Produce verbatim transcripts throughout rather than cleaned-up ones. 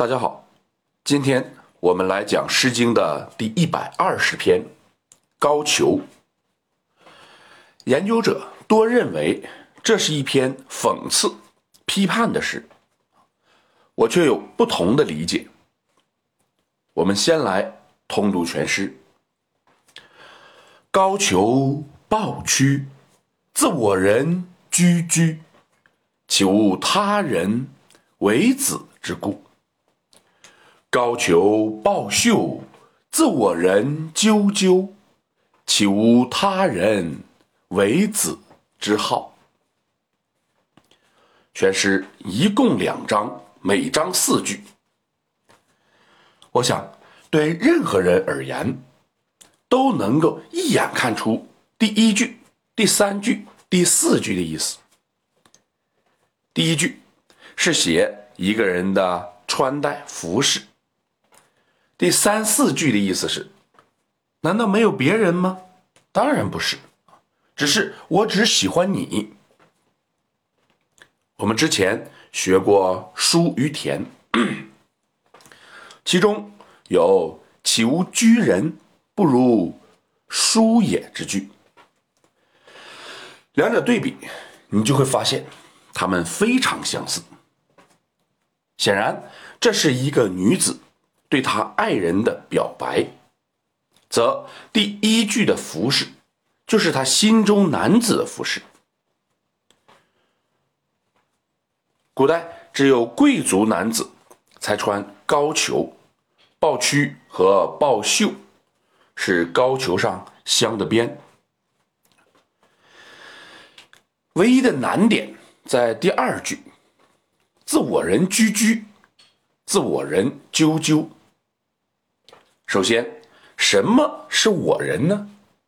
大家好，今天我们来讲《诗经》的第一百二十篇《高俅》。研究者多认为这是一篇讽刺、批判的诗，我却有不同的理解。我们先来通读全诗。高俅抱屈，自我人居居，岂无他人为子之故？高俅抱袖，自我人啾啾，岂无他人为子之好？全诗一共两章，每章四句。我想对任何人而言，都能够一眼看出第一句、第三句、第四句的意思。第一句是写一个人的穿戴服饰，第三四句的意思是，难道没有别人吗？当然不是，只是我只喜欢你。我们之前学过书与田，其中有岂无居人不如书也之句，两者对比，你就会发现它们非常相似。显然这是一个女子对她爱人的表白，则第一句的服饰就是她心中男子的服饰。古代只有贵族男子才穿高俅，抱屈和抱袖是高俅上镶的边。唯一的难点在第二句，自我人居居，自我人啾啾。首先，什么是我人呢？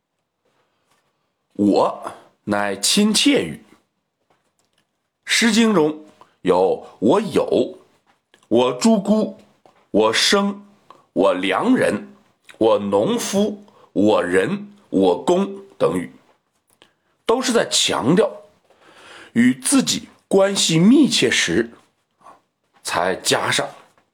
我乃亲切语。诗经中有我有、我诸姑、我生、我良人、我农夫、我人、我公等语，都是在强调与自己关系密切时才加上。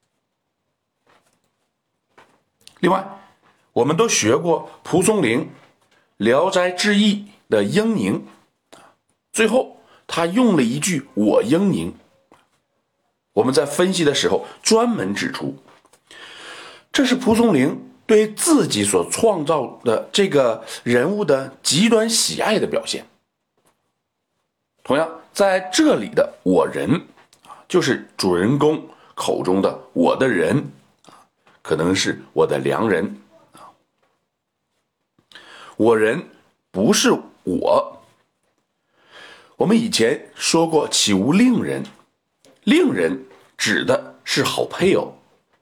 另外，我们都学过蒲松龄《聊斋志异》的英宁，最后他用了一句我英宁。我们在分析的时候专门指出，这是蒲松龄对自己所创造的这个人物的极端喜爱的表现。同样，在这里的我人就是主人公口中的我的人，可能是我的良人。我人不是我。我们以前说过岂无令人，令人指的是好配偶。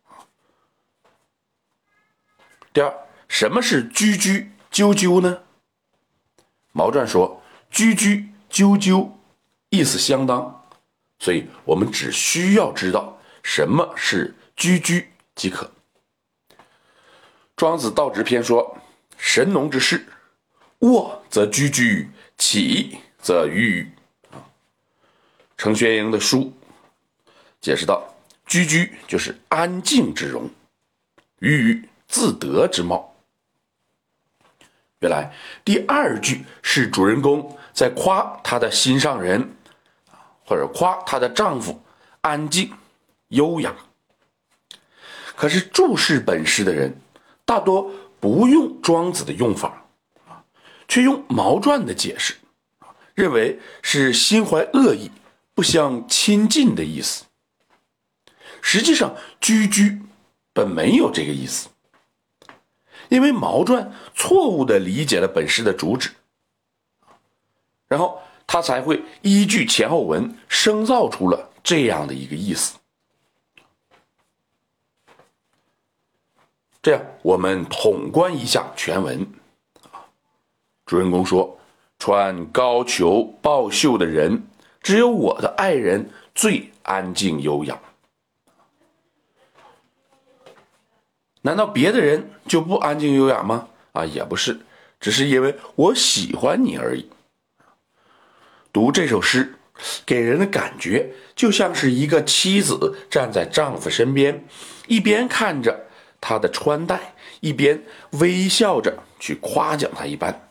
第二，什么是居居啾啾呢？毛传说居居啾啾意思相当，所以我们只需要知道什么是居居即可。庄子道直篇说，神农之事，卧则居居，起则鱼鱼。程玄英的书解释道，居居就是安静之容，鱼鱼自得之貌。原来第二句是主人公在夸他的心上人，或者夸她的丈夫安静优雅。可是注释本诗的人大多不用庄子的用法，却用毛传的解释，认为是心怀恶意，不相亲近的意思。实际上居居本没有这个意思，因为毛传错误地理解了本诗的主旨，然后他才会依据前后文生造出了这样的一个意思。这样我们统观一下全文。主人公说，穿高俅抱袖的人，只有我的爱人最安静优雅。难道别的人就不安静优雅吗？啊，也不是，只是因为我喜欢你而已。读这首诗给人的感觉就像是一个妻子站在丈夫身边，一边看着他的穿戴，一边微笑着去夸奖他一般。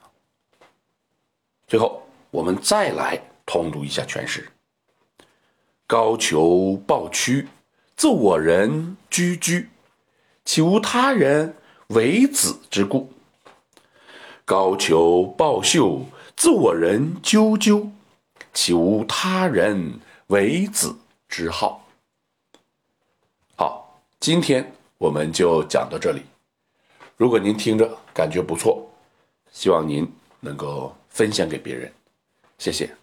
最后，我们再来通读一下全诗。高俅抱屈，自我人居居，岂无他人为子之故？高俅抱袖，自我人啾啾，岂无他人为子之好？好，今天我们就讲到这里。如果您听着感觉不错，希望您能够分享给别人，谢谢。